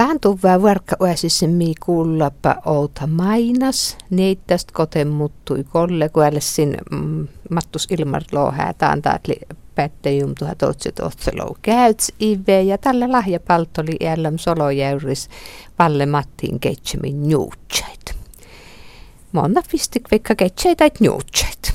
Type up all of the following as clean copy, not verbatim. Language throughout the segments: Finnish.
Tähän tuvaa varkka oasissemmin kuullapa outa mainas. Neittästä koten muuttui kollegoillesin Mattus Ilmar Lohää taantaatteli päättäjum 2000 käyts ive ja tällä lahjapaltoli jälläm solojäyris Valle Mattiin keitsemin nuutsait. Monna fistik vaikka keitseitäit nuutsait.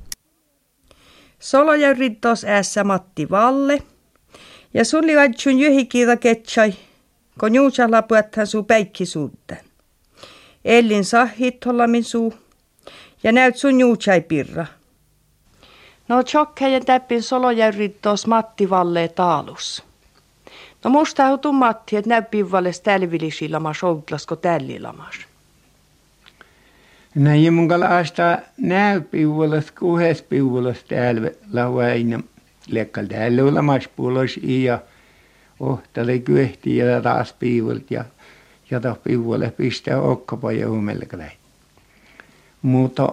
Solojäyrit tos äässä Matti Valle ja sulli vaitsun jyhikiita ketsai. Kun juutsalla puettaan suu päikkisuutten. Ellin sahit hollamin suu. Ja näyt sun juutsai pirra. No tjokkejen täppin solojäyrit tos Matti Valle taalus. No musta hautu Matti, et näy pivvalles tälvilisilamaas outlasko tällilamas. Näin mun kalaasta näy pivvalles kuhes pivvalles tälve lauaina. Lekkal täällä ulamas puolos ja ohtali kyhti ja taas piivult ja taas piivulle pistää okkapa ja umelkäläin. Mutta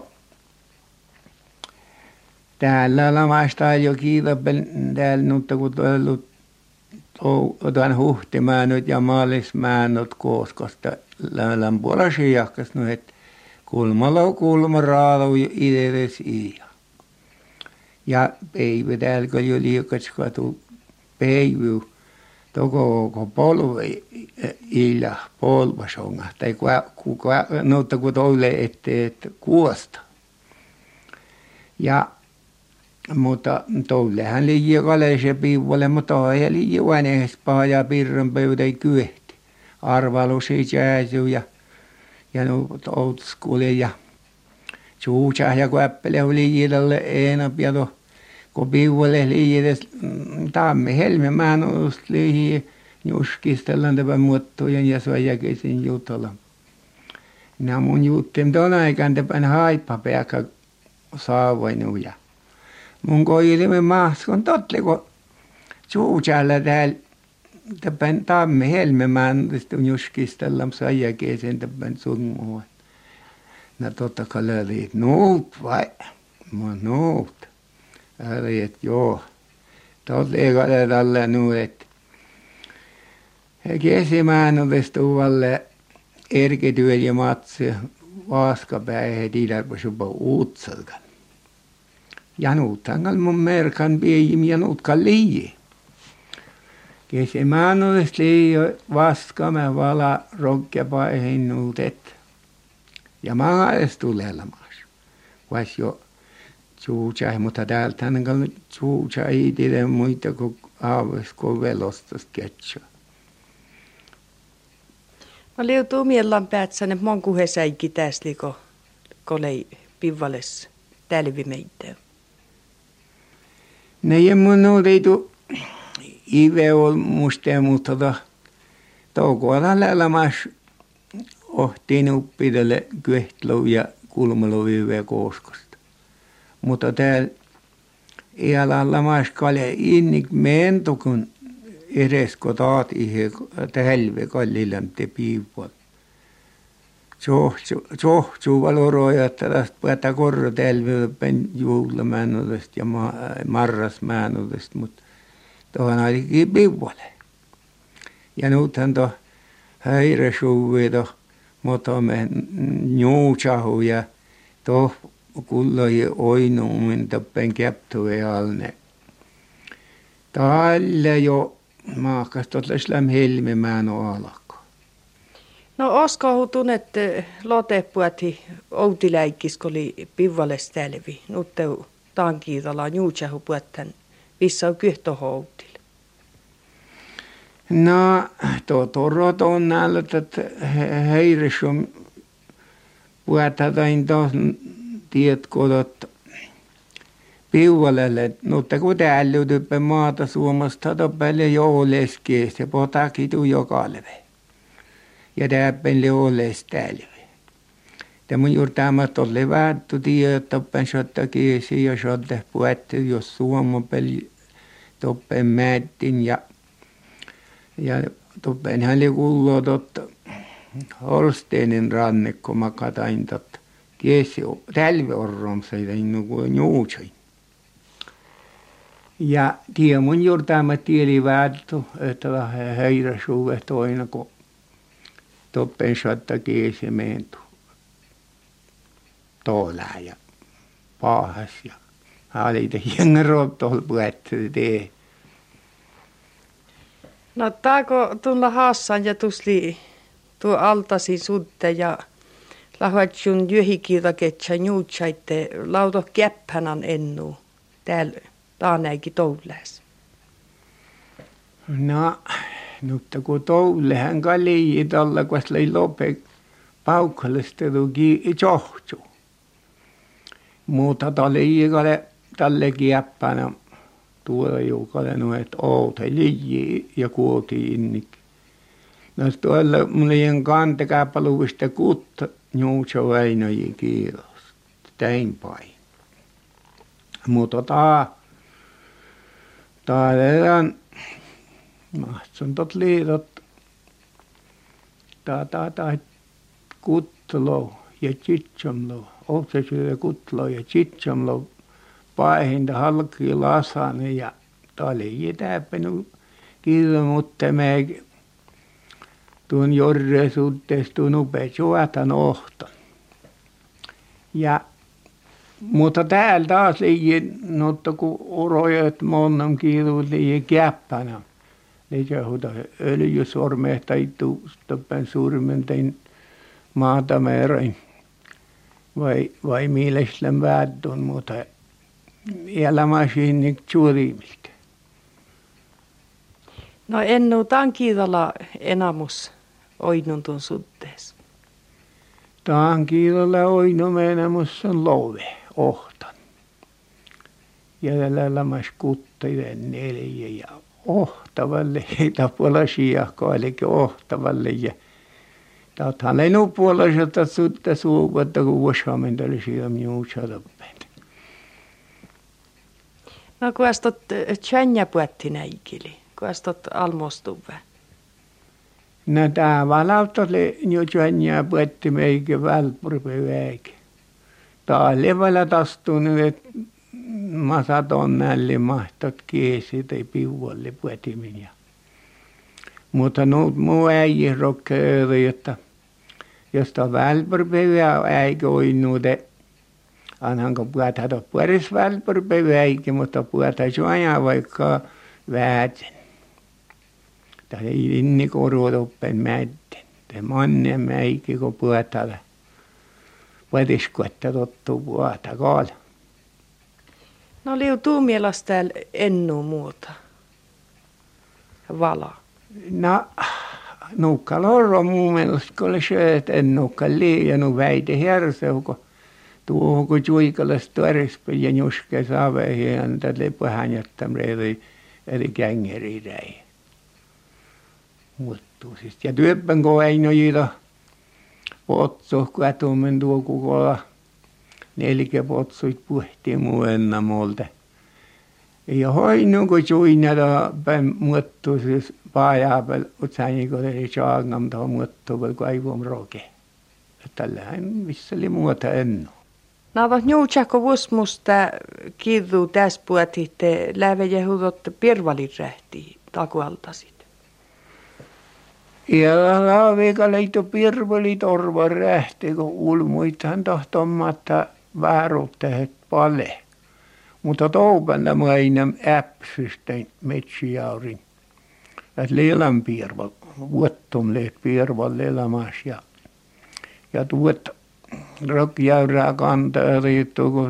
täällä lamasta jo kiitapel täällä nutta kun tullut otan huhtimäänöt ja maalismäänöt kooskosta lämmön puolasi jahkas no et kulma raadu ideres iä. Ja päivä täällä kun jo liikaskatu päivä toko polve illa polvasonga tai kuka nutta kun toille että kuosta. Ja mutta tollehan liian kaleise piivulle, mutta ei liian vanhespaa ja pirran pöydä kyhti. Arvalusi jääsy ja outskuuli ja suutsah ja kuäppele oli liidalle enap ja kun piivulle liides tammi helme mäännöstä liihin juskistellaan tämän muottojen ja suojakesin jutella. Nämä mun juttem tuon aikaan tämän haippapeakka saavoin ja mun koilimme mahskon totle, kun suutsalla täällä tämän tammi helme mäännöstä juskistellaan suojakesin tämän sungmuun. No totta kai löydät nuut vai? Mä nuut. Äri, et joo. Totta ei ole tällä nuut, että kesimäännöstä tuvalle erketyöl ja matsi vaskapäihä tiedärpä supa uutsalkan. Ja nuuttangal mun merkan piejim ja nuutkan liiin. Kesimäännöstä liiin vaskame vala rokkepäihin nuutet. Ja mä edes tulee lamas. Vais jo suutsai, mutta täältä ainakaan suutsai ei tiedä muita kuin aavisko velostas ketsua. No liutuu miellan päätsän, että mon kuhe säikki tästä kolei pivvales tälvi meitä. Ne ei mun olitu ive ol musta mutta toukoa lämmäs ohtiin uppidelle kyhtlou ja kulmalou yve kooskosta. Mutta täällä ei ala lämmäs kalja innik mento kun edes kotaat ihe tälve kallilamte piipuol. Sohtsu valoroja, että tästä päätä korro tälve pen juhlamäänodesta ja marrasmäänodesta, mutta tuohon ainakin piipuole. Ja nythän tuo häiresuvi tuo, mutta me nuutsahu ja tuo kulloi oinuun tappen käptui alne. Tällä jo maakas tuollaisi läm helmimään alako. No osko tunnet lotepuati outiläikkis, kun oli pivvales tälvi. Nutteu tankiitala nuutsahu puettan vissa on kyhtohoutille. No, torot on näillä, että heirisum puetaan tuossa tiedätkö, piuvalelle, mutta kun täällä typpä maata Suomesta toppelle jouleskees ja potakitu jokalve. Ja täppelle joulestälve. Tämä juuri tämä tolle väärtu tiedä, että toppen sotta kiesi ja sotta puettu, jos Suomapeli toppen määttin ja toppen hän oli kuullut totta Holsteinin ranne, kun mä katain totta. Kiesi tälveorromsa ja kuin juutsain. Ja tie mun juuri tämä tieli väärtu, että häiräsuuve toina, kun toppen saattaa kiesi meentu tuolla ja paahas ja halita jengen tuolla puhutti tee. No taako tulla haassan ja tusli tuo altasi sutte ja lahuatsun jyhikiilta ketsä juutsaitte lauto käppänän ennu täällä taanäikin touläs. No, mutta kun toulehän kalii tällä, kun se ei lope paukkallista tuki johtu. Mutta tälle kiäppänä tuolla juukalle nuet outai liiji ja kuotiin innik. No tuolla mulla kantekääpäluvista kutta juutsa väinöji kiitos. Tein päin. Mutta täällä mahtsun tot liitot kuttlo ja chitsomlo. Otsesyyä kutlo ja chitsomlo. Paihinta halkii lasane ja tää oli jätäpänyt kiitos, mutta me tuon jorre suhteessa tuon upea suotan ohton. Ja mutta täällä taas liian, no kun urojat monnan kiitos liian käppänä. Lisähuuta öljysormeet tai tuoppen surmentein maatameerain. Vai mielestäni väätön, mutta elämäsiin suurimilta. No ennu tämän kiitolla enamus oinnun tuon suhteessa. Tämän kiitolla oinnun enamus on love, ohtan. Ja tällä elämässä kutteiden 4 ja ohtavalle, heitä puolella siakkoa, eli ohtavalle. Ja taathan ei nuu puolella suutta suuvuutta, kun vuoshaamenta oli siellä minun sadoppeet. No kun astot tjänjä puetti näikili, kun astot almostuve. No tämä valautteli jo tjänjää puetti meikä välpurpeväikä. Tämä oli levällä tastunut, että masat on näille mahtot kiesi tai piuolle puetimin. Mutta muu äijä rokkeudu, että jos tämä välpurpeväikä äikä oinuute, anhanko puhutaan puolis välpurpeväikä, mutta puhutaan suojaa vaikka vääten. Tämä ei inni koruutoppen mätten. Tämä monen mäikä, kun puhutaan puoliskuetta tottuu puhutaan kaala. No liu tuu mielestä täällä ennu muuta. Vala. No, nukka lorro mun mielestä, kun oli se, että en nukka liian väite herseuko. Tuohon kun juikalasta tuorispäin ja nuske saveihin ja tälle pahan jättämään eri kängeriräin. Muuttuu siis. Ja työppän kun ei nojita potso, kun atumen tuo kukolla 4 potsuit puhtiin muu ennamolta. Ja hoinu kun juinata päin muuttuu siis paajapel, utsaani kun oli saangam tuohon muuttuu, kun ei vuom roke. Tällähän missä oli muuta ennu. Naavat juutsako vuosmusta kirjuu tässä puhutitte lävejehudot pirvalit rähtii takualtasit. Ja laavika leito pirvalit orva rähti, kun ulmuithan tahtomatta vääruuttahet pale. Mutta toupalla maina äpsystein metsiaurin. Että leelan pirval, vuottomleet pirval leelamas ja tuot rokjäyrää kantaa riittuu, kun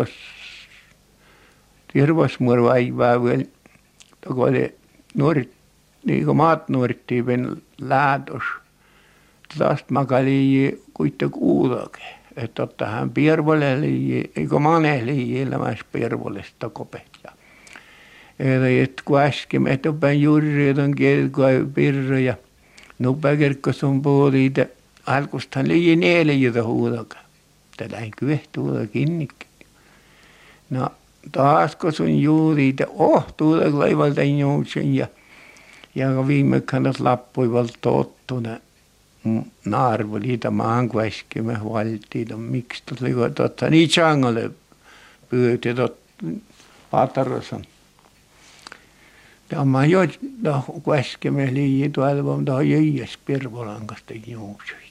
tervasmuoru aivaa vielä, kun oli nuoret, niin kuin maat nuorittiin vielä läätös. Tästä makali kuitenkin kuuloke, että ottahan pirvolle liian, eikö mane liian elämässä pirvollista kopetja. Että kun äsken me toppen juuri on kirkkoa pirro ja nupäkerkkos on puoliita. Alkustaan liian 4 huudoka. Tätä ei kyehtuuda kinnikki. No taas kun sun juuriita ohtuuda laivalta juutsen ja viime kannat lappuivalta tottuna naarvoliita maan kun äsken me valtiin. Miksi totta niin changalle pyytä tot patarosan. Tämä on jo kueskemme liian tuolla, mutta on jäs Pirvolangasta juusuita.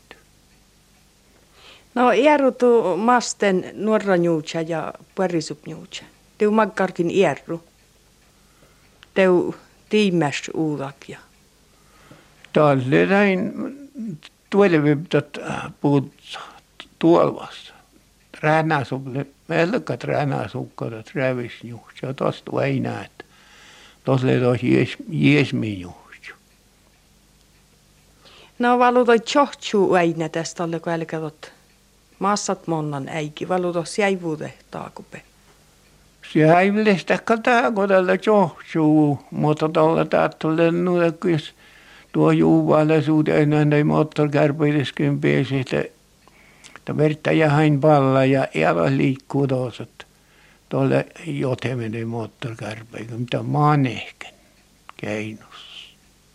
No ierutu masten nuorranjuutsa ja puerisupjuutsa. Teu magkarkin ieru. Teu tiimäs uudakia. Tälle näin tuoleviptat puut tuolvassa. Ränäsuple, melkat ränäsukkaat rävisjuutsa. Tosta ei näet. Tuossa oli jesmin juhtu. No valutoi tjohtsu äinä tästä alle, kun älä katsot massat monnan äiki. Valutoi säivuude taakupe. Säivillistä katsotaan, kun tällä tjohtsu. Mutta tuolla täältä lennuilla, jos tuo juuvailla suuteen näin moottorkärpeiliskin pääsi, että verta ja hain palla ja älä liikkuu tuossa. Tuolle joteminen moottorkärpeikö, mitä maan ehkä keinos.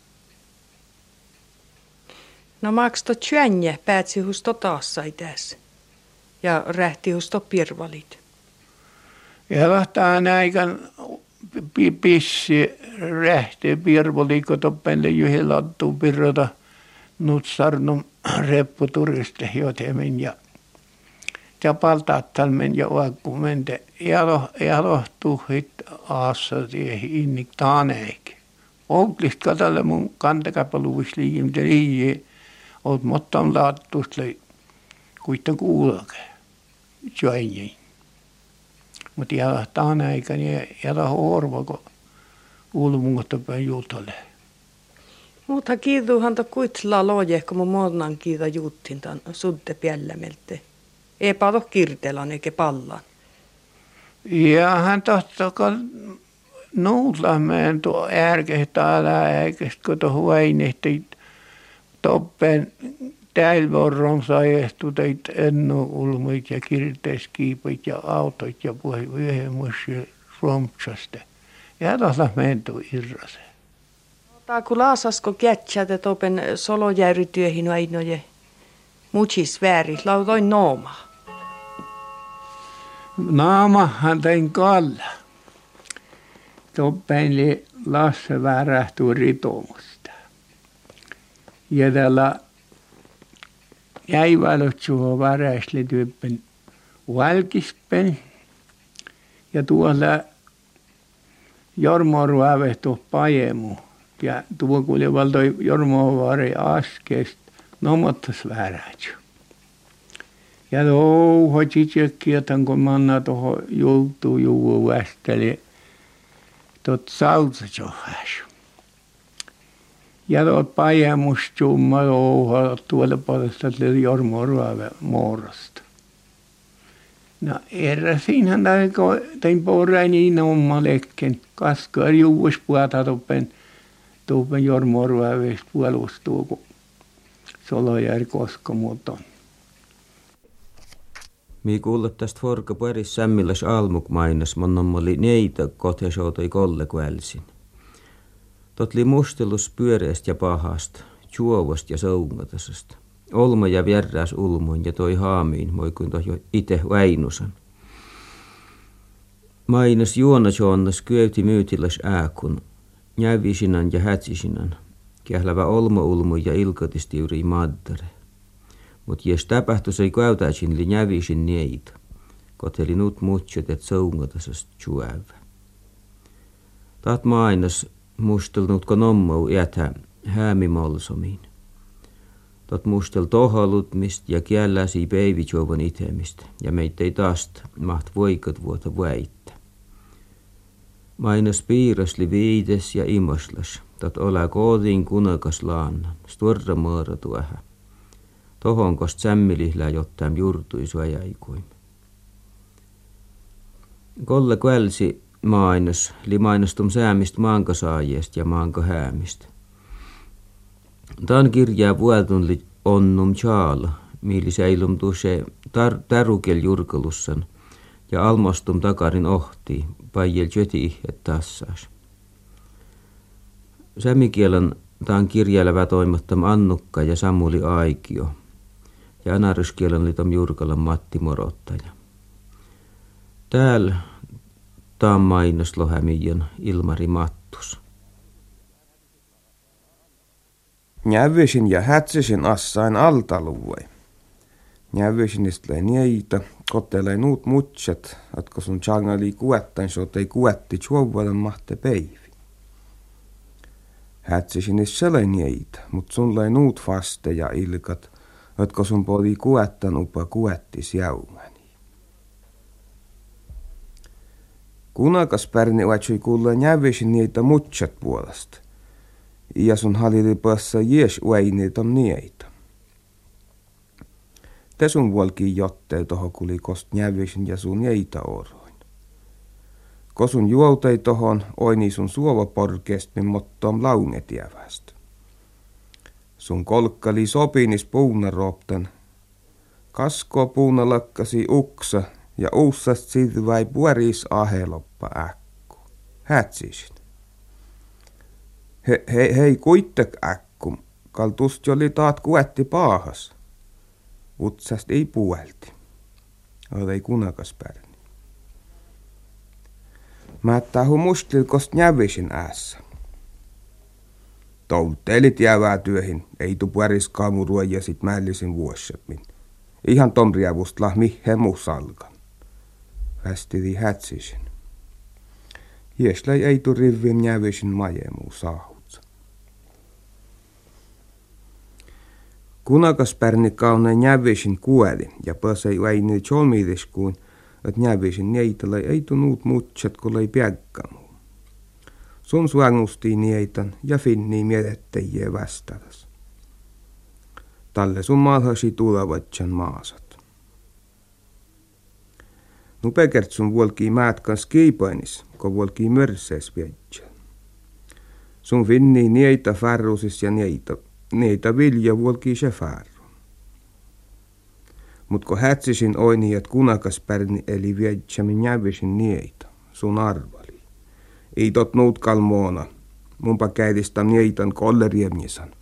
No maksto tjänjä päätsi husto taas sai tässä. Ja rähti husto pirvalit. Ja lahtaan aikan pissi rähti pirvalikko toppende juhi lattuu pirrota nutsarnum repputuriste jotemin ja paltaattalmen ja oakkumente jalohtuhit aassa tiehi innik taaneik. Outlist katalle mun kantakapaluvis liikin, mitä liikin oot mottan laattusta kuitten kuulake. Tjöinjin. Mutta jalah taaneikän ja jalah orva, kun ulmungotta päin juutalle. Mutta kiiduhan to kuitla loje, kun mun monnan kiida juuttin tämän sudde piellämelte. Ei paljon kirtelan eikä pallan. Ja hän tohtokan nuutlameen tuo ärkehtä äläikästä, kun tuo huainehti toppen täilvorron saiestu teit ennuulmuit ja kirteiskiipit ja autot ja puhe yhden romtsasta. Ja tohlameen tuo irrase. Ota kun laasasko kätsät, että open solojäärytyöhin ainoje muchis väärin, lautoin noomaa. Naamahan tein kalla. Toppein Lasse värähtuu ritomusta. Ja täällä jäiväilöt suho väräisli tyyppen valkispen. Ja tuolla Jormo ruovehtu pajemu. Ja tuo kuuli valtoi Jormo vaari askeesta nomottas värähtsy. Ja touho tsitsekkiötän, kun manna tuohon joutuu juu västeli tot sautsajohäs. Ja tot pajemust jumma touho tuolle puolesta Jormo ruove muorosta. No eräsinhän tein porrain niin omma lekken. Kaskar juuvis puhata tuppen Jormo ruoveista puolustuu, kun Solojärvi koska muuton. Mi kuullut tästä forka pueris sämmilläs almuk mainas, monnon oli neitä kotheshoutoi kollekuälsin. Totli mustelus pyöreäst ja pahast, juovost ja soungatasasta. Olma ja vierräs ulmoin ja toi haamiin, moi kuin toi jo ite väinusan. Mainas juonas kyöyti myytilläs ääkun, jävisinan ja hätsisinan, kählävä olma ulmui ja ilkotisti yri maddare. Mut jes täpähtus ei käytäisin li jävisin neitä, koteli nut mutsut et soungatasast juävä. Taat mainas mustelnutko nommou jätä häämimolsomiin. Tot mustel tohalutmist ja kielläsi päivitjuovan itemistä, ja meitä ei taast maht voikat vuota väittä. Mainas piirasli viides ja imoslas, tot olä koodin kunakas laannan, storra maara tuohä. Tohon kost sämmilihlää jottaim jurtui suojaikuim. Kolle kuälsi mainos, li mainostum säämist maankasaajiest ja maankahäämistä. Tan kirjaa vuotunli onnum chaala, miili säilum tuuse tärukel jurkalussan ja almostum takarin ohti, paijel jöti ihjet tassaas. Sämikielän taan kirjailevä toimottam Annukka ja Samuli Aikio ja anaryskielän litom Jurkalan Matti Morottaja. Täällä taan mainos lohämijan Ilmari Mattus. Nävisin ja hätsisin assain altaluvuei. Nävisinistä läi niitä, kottelee nuut mutsat, jotka sun tjangali kuettain, sot ei kuetti tjuovuoden mahte päivi. Hätsisinistä läi niitä, mut sun läi nuut faste ja ilkat, jotka sun poli kuettan upa kuettis jäumani. Kunakas pärni vatsui kuulla nävisin niitä mutsat puolesta. Ja sun halili päässä jees uäini ton niitä. Te sun vuolki jottei toho kuli kost nävisin ja sun jeita oroin. Ko sun juoltei tohon, oini sun suova porkeestmin mottoom laungetievästä. Sun kolkkali sopinis puunaroptan. Kasko puuna lakkasi uksa ja uussast sidväi pueris aheloppa äkku. Hätsisin. Hei kuittek äkkum, kaltust joli taat kuetti paahas. Utsast ei puelti. Olei kunakas pärni. Mä tahu mustil kost nävisin äässä. Touttelit jäävää työhin, ei tu pueris kaamurua ja sit mällisin vuossetmin. Ihan tomriavustla mihin muu salkan. Västidi hätsisin. Jeslai ei tu rivvin nävisin majemuu saahutsa. Kunakas pärni kauneen nävisin kuoli ja pääsei väini tjolmiidiskuun, että nävisin neitälai ei tu nuut mutsat, kun ei piäkkamuu. Sun suangustii nieitan ja finnii mielettäjiä vastadas. Talle sun malhasi tulevatjan maasat. Nupekert sun vuolkii määtkän skiipainis, kun vuolkii mörsees vietsä. Sun finnii nieitä färrusis ja nieitä vilja vuolkii se färru. Mut kun hätsisin oini, et kunakas pärni eli vietsämin jävisin nieitä, sun arvali. Ei tot nuut kalmoona, munpa käydistä nieitan kolleriemisan.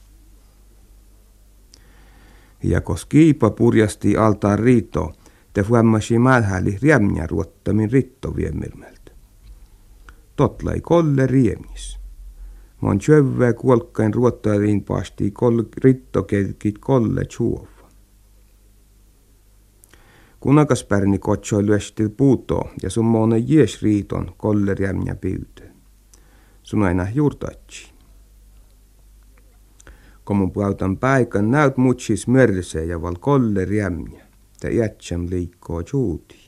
Ja kos kiipa purjasti altaan riittoon, te huommasi mälhäli riemnä ruottamin rittoviemirmeltä. Totlai kolle riemnis. Mon tjövää kuolkkain ruottariin paasti rittokelkit kolle tjuova. Kunakas pärni kotsoi lyöstil puutoo ja sun moona jees riiton kolle riemnä pyytöön. Sun aina juurtatsi. Kun mun puhutan paikan näyt mutsis mörsee ja val kolle riemnä. Te jätsem liikkoo juuti.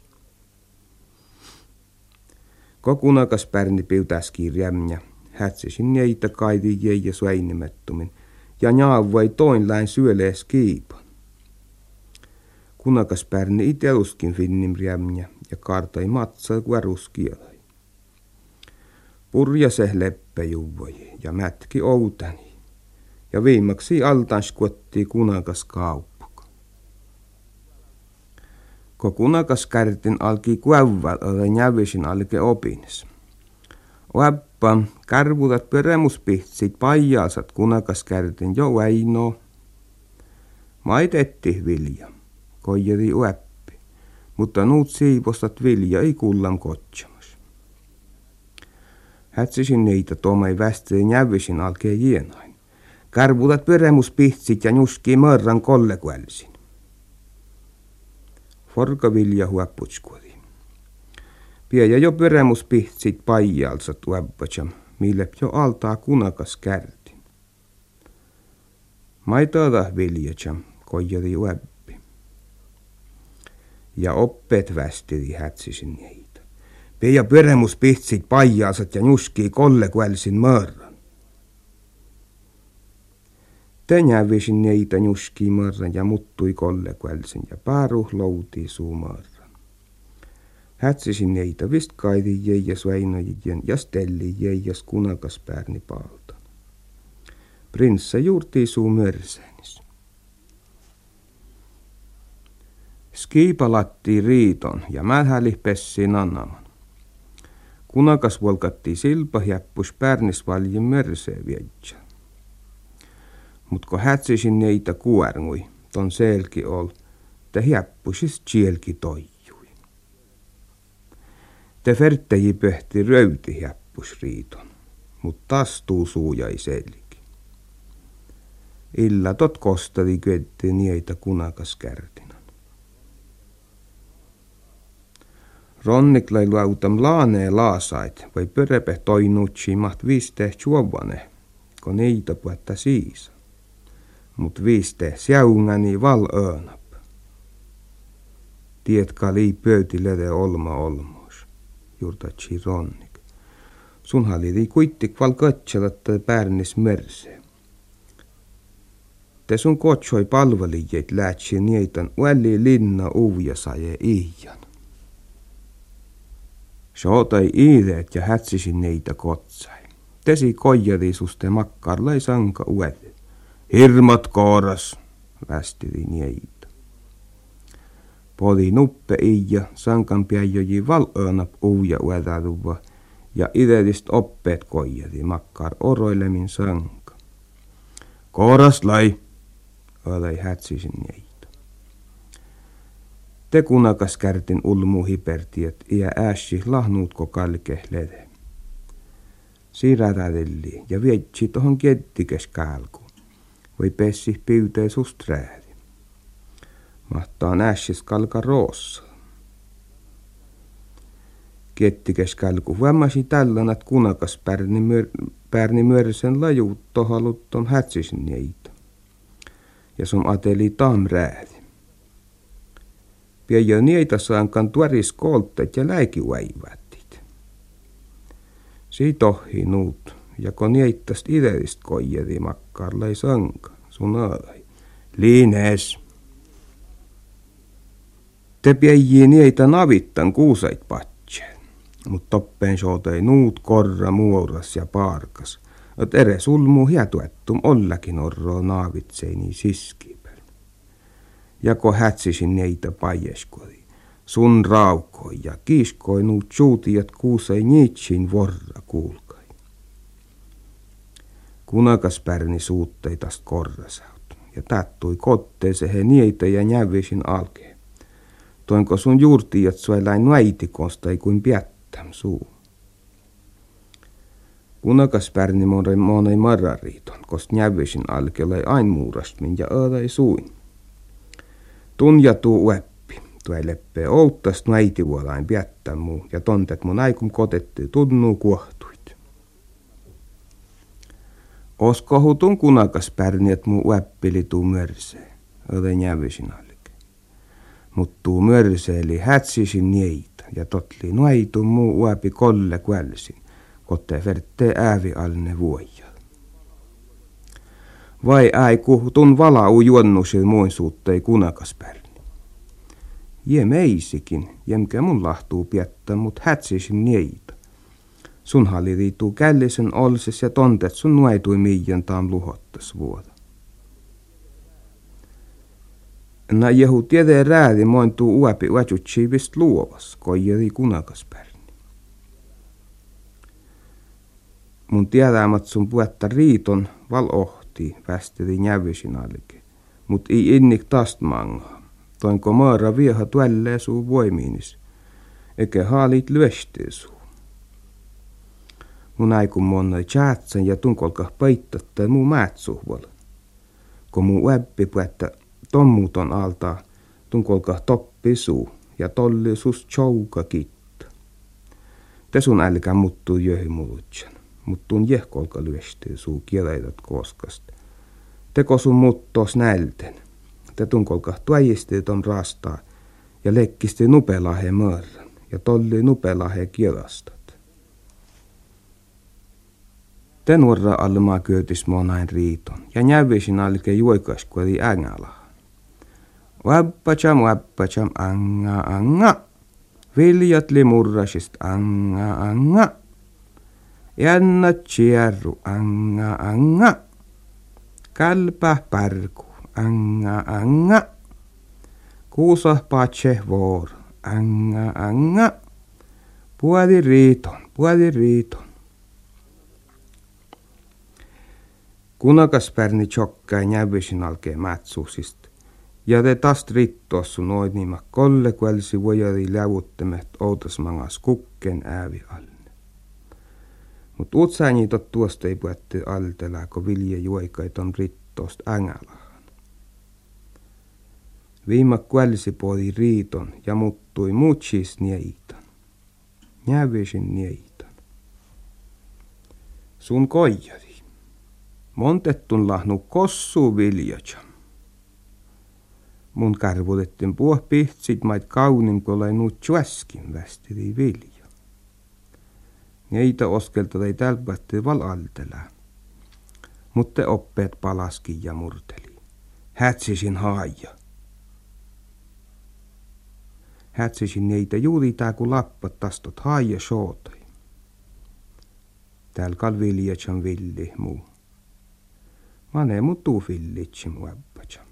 Ko kunakas pärni piutäski riemnä. Hätsisin neitä kaidi jäijä suäinimettumin ja njaavai toin läin syölees kiipan. Kunakas pärni iteluskin finnim riemnä ja kartai matsa kueruskielai. Purjase leppejuvoi ja mätki outani ja viimeksi altans kuotti kunakas kauppa. Ko kunakas kärtin alki kuävval ole nävisin alke opines. Oappa, karvutat peremuspihtsit paijasat kunakas kärtin jo väinoo. Maitetti vilja, koijeri oappi, mutta nuut siipostat vilja ei kullam kotsamas. Hätsisin niitä tuomai västeen nävisin alkee jienain. Karvutat peremuspihtsit ja nuskii mörran kollekuälsin. Forkavilja huopputskuri. Piejä jo peremuspihtsit paijalsa tuobbacham, mille jo altaa kunakas kärtin. Maitoada viljacham, koijari uäppi. Ja oppet västiri hätsisin niitä. Piejä peremuspihtsit paijalsat ja nuskii kollekuälsin mörran. Tänävisin neitä nuskii mörran ja muttui kollekuälsin ja pääruh loutii suu mörran. Hätsisin neitä vist kaidi jäijäs väinöjien ja stelli jäijäs kunakas pärni paltan. Prinssa juurtii suu mörsäänis. Skiipa lattii riiton ja mälhäli pessiin annaman. Kunakas volkatti silpa jäppus pärnis valjin mörsee vietsä. Mut ko hätsisin neitä kuärngui, ton selki ol, te jäppusis tsielki toi. Te ferttäji pöhti röyti jäppus riiton, mut tastuu suujai selki. Illa tot kostadi kyötti nieitä kunakas kärtinan. Ronnik lai luautam laanee laasait, vai pörepe toinutsi maht viiste juovane, kun niitä puetta siisa. Mut viiste sjaungani val öönap. Tiedkä lii pöytilede olma olmos, juurtatsi Ronnik. Sunha lii kuittik val kötselatta pärnis merse. Te sun kotsoi palvelijat lähtsi niitan uälli linna uviasaje iijan. Sootai iideet ja hätsisi neitä kotsai. Tesi koijadi suste makkarlai sanka uäli. Hirmat kooras, västidi niitä. Podi nuppe iija, sankan piäjoji valöönap uja uätäduva ja idedist oppeet koijadi makkar oroilemin sanka. Kooras lai, öläi hätsisin niitä. Te kunakas kärtin ulmu hipertiet ja ääsi lahnuutko kalke lede. Siirrätädelli ja vietsi tohon kettikes kälku. Voi pessi pyytee sust räädi. Mahtaa ääsis kalka roossa. Kettikes kälku vämmäsi tällänät kunakas pärni mörsen lajuut tohaluttom hätsisin niitä. Ja som ateli taam räädi. Piejä niitä saankan tuoris kooltet ja läikiväivättit. Siitä ohi nuut, ja kun niittäst idellist koijedi makkarlai sanka, sun aalai. Liines. Te piejii niitä navittan kuusait patseen, mut toppeen sootei nuut korra muoras ja paarkas, et ere sulmu hiatuettum ollakin orroo naavitseini siskipel. Ja ko hätsisin neitä pajeskodi, sun raukoi ja kiiskoi nuut suutijat kuusai niitsin vorra kuulkai. Kunakas pärni suutteitast korrasaut, ja tattui kotteese he niitä ja njävisin alkeen. Toinko sun juurtijat suelain naitikosta kuin piättäm suu. Kunakas pärni monei marrariiton, kost njävisin alkelai ain muurastmin ja öödai suin. Tunja tuu ueppi, tuo leppee outtast naitivuolain piättäm muu, ja tontet mun aikum kotetti tunnuu kuohtuit. Oskohutun kunakas pärni, et muu ueppili tuu mörsee, öödai njävisin alke. Mut tuu mörseeli hätsisin niitä, ja totli naitu muu uepi kolle kuälsin, kotte verttee äävi alne vuojal. Vai äiku tun valau juonnusil muin suuttei kunakas pärni. Je meisikin, jemkä mun lahtuu piettä, mut hätsisin niitä. Sun halli riituu källisen olses ja tontet sun nuaitui miijan taam luhottas vuoda. Na jehu tiede räädi mointuu uepi uachutsivist luovas, koijeri kunakas pärni. Mun tiedämät sun puetta riiton val ohti västeri njävisin alke, mut ei innik tast mangaa. Toinko maara vieha tuällee suu voimiinis, eikä haalit lyöstee suu. Mun aikun monnai tjäätsän ja tunkolkah peittättää muu määtsuhval. Kun muu ueppi puetta tommuuton altaa, tunkolkah toppi suu ja tolli sus tjouka kitta. Te sun älkää muttuu jöhi mulutsan. Muttun jehkolka lyöstee suu kieleitot koskast. Teko sun muttos nälten. Te tunkolka tuäjisteet on rastaa ja lekkisti nupelahe mörrän ja tolli nupelahe kielastat. Te nuorra almaa kyötis monain riiton ja njävisin alke juoikaskueli ängälahan. Wappacham, anga. Viljat limurrasist anga. Jännä tjärru, anga. Kalpa parku, anga. Kuusa patse vuor, anga. Puoli riiton. Kunakas pärni tjokkai njävisin alkeen mätsuusist. Ja te tast rittoassu noinima kolle kuelsi vojari lävuttemet outasmangas kukken äävi alle. Mut utsaanitot tuosta ei puetti altelaa, kun vilje juoikait on ritto. mattost ängälahan. Viima kuälsi podi riiton ja muttui mutsis nieitan. Njävisin nieitan. Sun koijari. Montettun lahnu kossu viljajam. Mun karvutettin puohpihtsit mait kaunim kolai nuut tjuäskin västiri vilja. Neitä oskelta ei tälpätti val altelää. Mutta oppeet palaskin ja murteli. Hätsisin haaja. Hätsisin neitä juuri tää ku lappat tastot haaja shootai. Tääl kal viljajam villi muu. Mane mut tuu villitsim väbpäjam.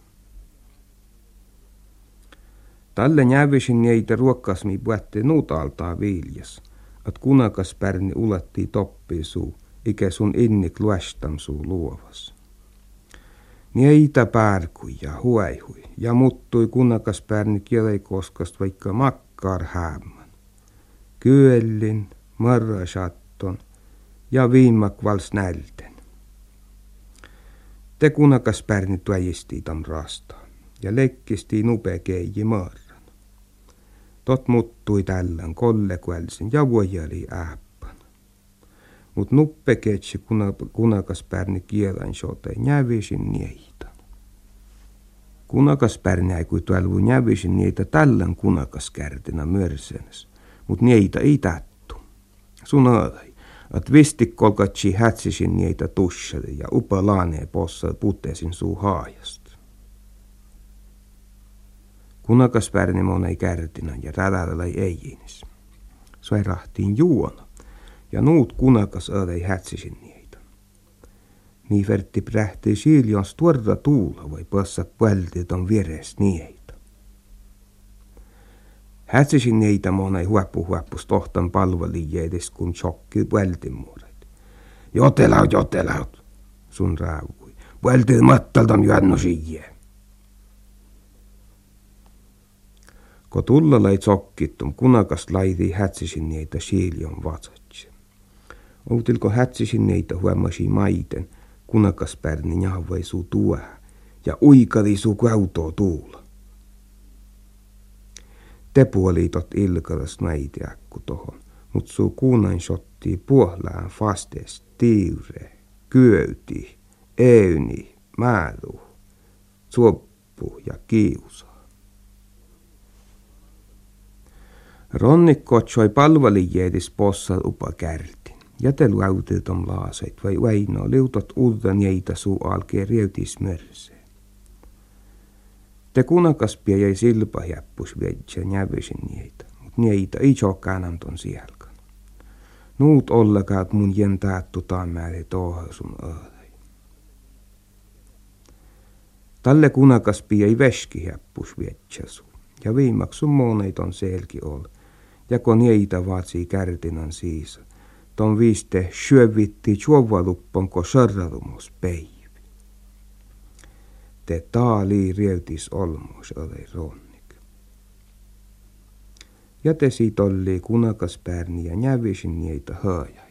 Tälle njävisin neitä ruokkasmi puätti nuutaltaa viljas, at kunakas pärni ulatti toppii suu, ikä sun innik luestam suu luovas. Neitä pärkui ja huaihui, ja muttui kunakas pärni kieleikoskast vaikka makkar hämmän. Kyellin, marrasatton ja viimak vals nälten. Te kunakas pärni tuäjisti tam rastaan, ja lekkisti nupe keiji marran. Tot muttui tällän kollekuälsin ja vuojali ääppän. Mut nuppe ketsi kunakas pärni kielan sote njävisin nieitan. Kunakas pärni ei kui tuälvu njävisin niitä tällän kunakas kärtinä mörsenes, mut niitä ei tättu. Sun aadai, at vistik kolkatsi hätsisin niitä tusseli ja upa laanee possa putesin suu haajasta. Kunakas pärni mon ei kärtinä ja rädällä ei einis. Sai rahtiin juona ja nuut kunakas ei hätsisin niitä. Nii vertti prähtii siilions tuorra tuula voi passa puältit on vieres niitä. Hätsisin niitä mon ei huoppus tohtan palvalijeedes kun chokki puältimuuret. Jotelaut, sun raavui. Puältit mattaltam juanno sijee. Ko tulla lai zokkittum, kunakas laiti hätsisin neitä siilion vatsatsi. Outilko hätsisin neitä huomasi maiten, kunakas pärni njahvai suu tuohä ja uikali suu kautoa tuula. Te puolitot ilkalas näitiäkku tohon, mut suu kuunain shottii puohlään fastes, tiire, kyöyti, eyni, määlu, suoppu ja kiusa. Ronnik kotsoi palvalijeedis possal upa kärtin. Jätelu autiltom laasait vai vaino liutot ultan jäitä suu alkeen rieutis mörseen. Te kunakas jäi silpa jäppus vedjä njävisin niitä, mut niitä ei chokkaan anton sielkan. Nuut ollakaat mun jentaattu taan määri toha sun öödäi. Talle kunakas ei veski jäppus vedjä suu, ja viimaks sun moneiton selki ol. Ja kun niitä vaatsii kärtinan siisa, ton viiste syövitti juovaluppon ko sarralumus päivi. Te taali rieutis olmus oli ronnik. Ja te siitä oli kunakas pärni ja njävisin niitä haajai.